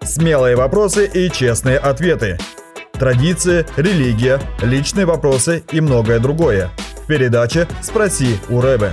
Смелые вопросы и честные ответы. Традиции, религия, личные вопросы и многое другое. В передаче «Спроси у Ребе».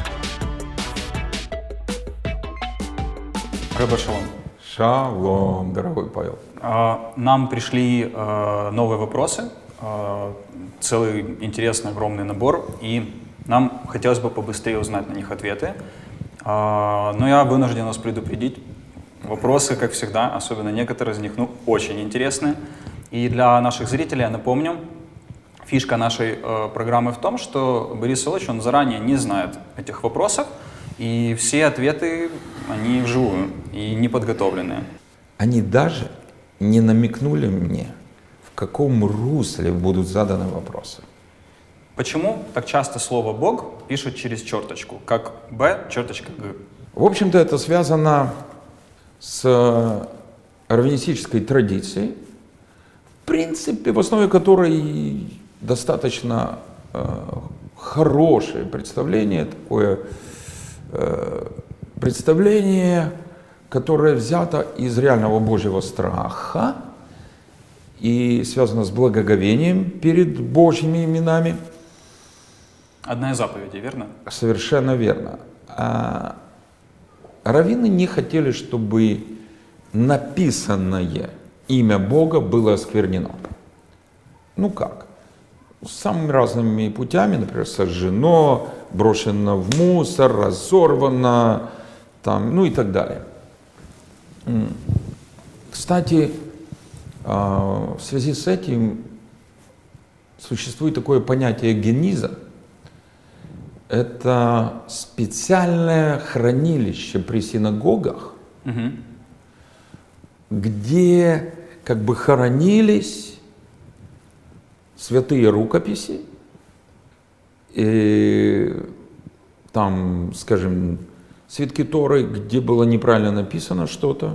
Ребе, шалом. Шалом, дорогой Павел. Нам пришли новые вопросы, целый интересный, огромный набор, и нам хотелось бы побыстрее узнать на них ответы. Но я вынужден вас предупредить, вопросы, как всегда, особенно некоторые из них, очень интересные. И для наших зрителей я напомню, фишка нашей программы в том, что Борис Ильич, он заранее не знает этих вопросов, и все ответы, они вживую и не подготовленные. Они даже не намекнули мне, в каком русле будут заданы вопросы. Почему так часто слово «Бог» пишут через черточку, как «Б», черточка «Г»? В общем-то, это связано с раввинистической традицией, в принципе, в основе которой достаточно хорошее представление, такое представление, которое взято из реального Божьего страха и связано с благоговением перед Божьими именами. Одна из заповедей, верно? Совершенно верно. Раввины не хотели, чтобы написанное имя Бога было осквернено. Ну как? Самыми разными путями, например, сожжено, брошено в мусор, разорвано, там, и так далее. Кстати, в связи с этим существует такое понятие гениза. Это специальное хранилище при синагогах, где как бы хоронились святые рукописи, и там, скажем, свитки Торы, где было неправильно написано что-то,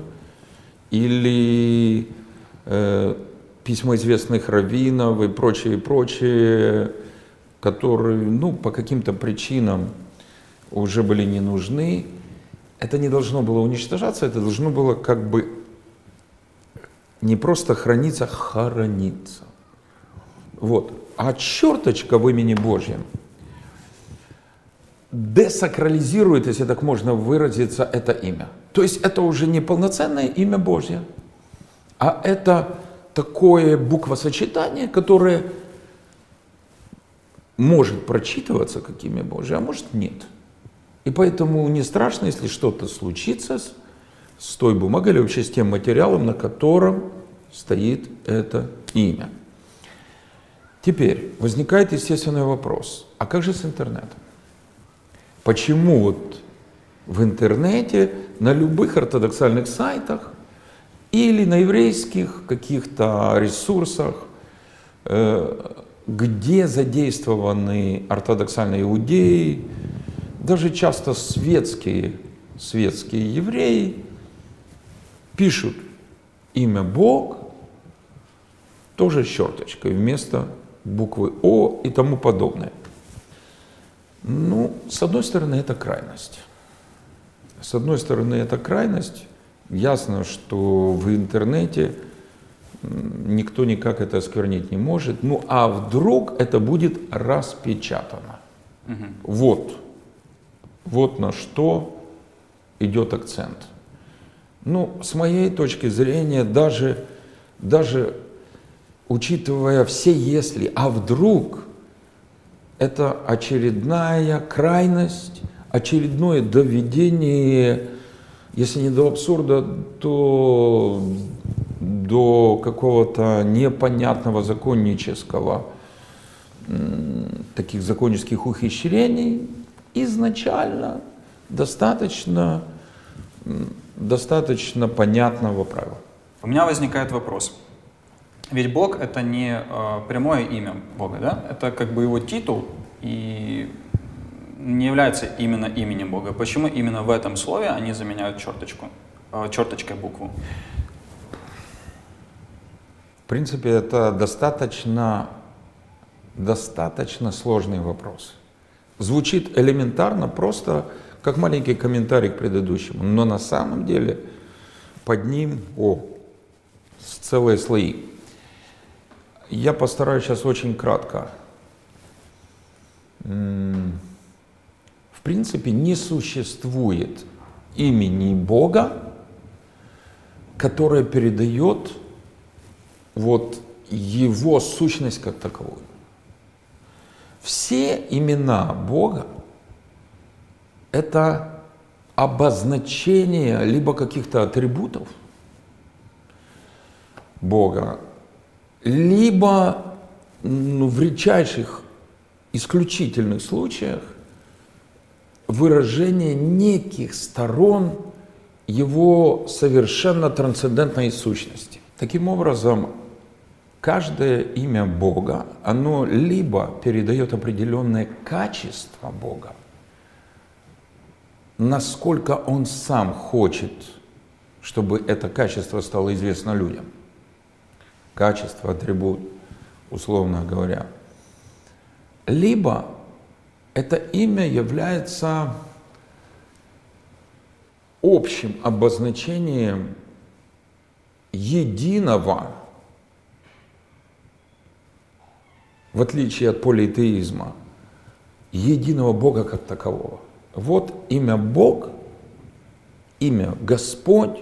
или письма известных раввинов и прочее, которые, по каким-то причинам уже были не нужны. Это не должно было уничтожаться, это должно было как бы не просто храниться, хорониться. Вот. А черточка в имени Божьем десакрализирует, если так можно выразиться, это имя. То есть это уже не полноценное имя Божье, а это такое буквосочетание, которое может прочитываться как имя Божье, а может нет. И поэтому не страшно, если что-то случится с той бумагой или вообще с тем материалом, на котором стоит это имя. Теперь возникает естественный вопрос, а как же с интернетом? Почему в интернете, на любых ортодоксальных сайтах или на еврейских каких-то ресурсах, где задействованы ортодоксальные иудеи, даже часто светские евреи, пишут имя Бог тоже с черточкой вместо буквы О и тому подобное. С одной стороны, это крайность. С одной стороны, это крайность. Ясно, что в интернете никто никак это осквернить не может. А вдруг это будет распечатано? Вот на что идет акцент. С моей точки зрения, даже учитывая все «если», а вдруг это очередная крайность, очередное доведение, если не до абсурда, то до какого-то непонятного законнического, таких законнических ухищрений, изначально достаточно понятного правила. У меня возникает вопрос. Ведь Бог — это не прямое имя Бога, да? Это как бы его титул и не является именно именем Бога. Почему именно в этом слове они заменяют черточкой букву? В принципе, это достаточно сложный вопрос. Звучит элементарно, просто как маленький комментарий к предыдущему, но на самом деле под ним целые слои. Я постараюсь сейчас очень кратко. В принципе, не существует имени Бога, которое передает вот его сущность как таковую. Все имена Бога — это обозначение либо каких-то атрибутов Бога, либо в редчайших исключительных случаях выражение неких сторон его совершенно трансцендентной сущности. Таким образом, каждое имя Бога, оно либо передает определенное качество Бога, насколько Он сам хочет, чтобы это качество стало известно людям. Качество, атрибут, условно говоря. Либо это имя является общим обозначением единого, в отличие от политеизма, единого Бога как такового. Вот имя Бог, имя Господь,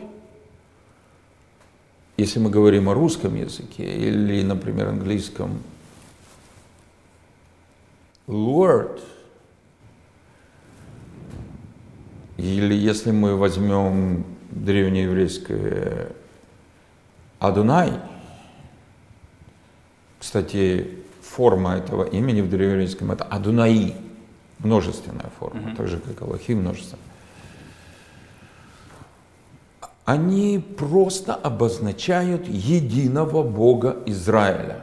если мы говорим о русском языке или, например, английском, Lord, или если мы возьмем древнееврейское Адонай, кстати, форма этого имени в древнееврейском это Адонаи, множественная форма, так же как Аллахи множественная. Они просто обозначают единого Бога Израиля,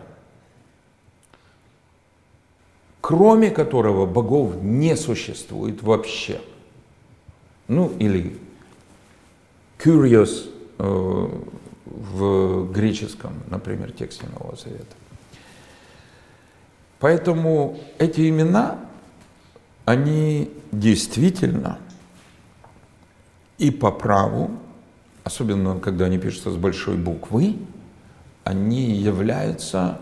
кроме которого богов не существует вообще. Ну или Kyrios в греческом, например, тексте Нового Завета. Поэтому эти имена, они действительно и по праву, особенно когда они пишутся с большой буквы, они являются,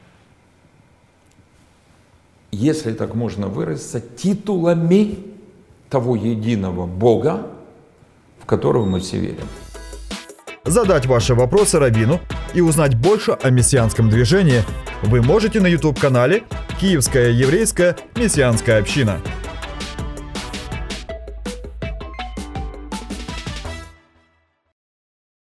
если так можно выразиться, титулами того единого Бога, в которого мы все верим. Задать ваши вопросы раввину и узнать больше о мессианском движении вы можете на YouTube-канале «Киевская еврейская мессианская община».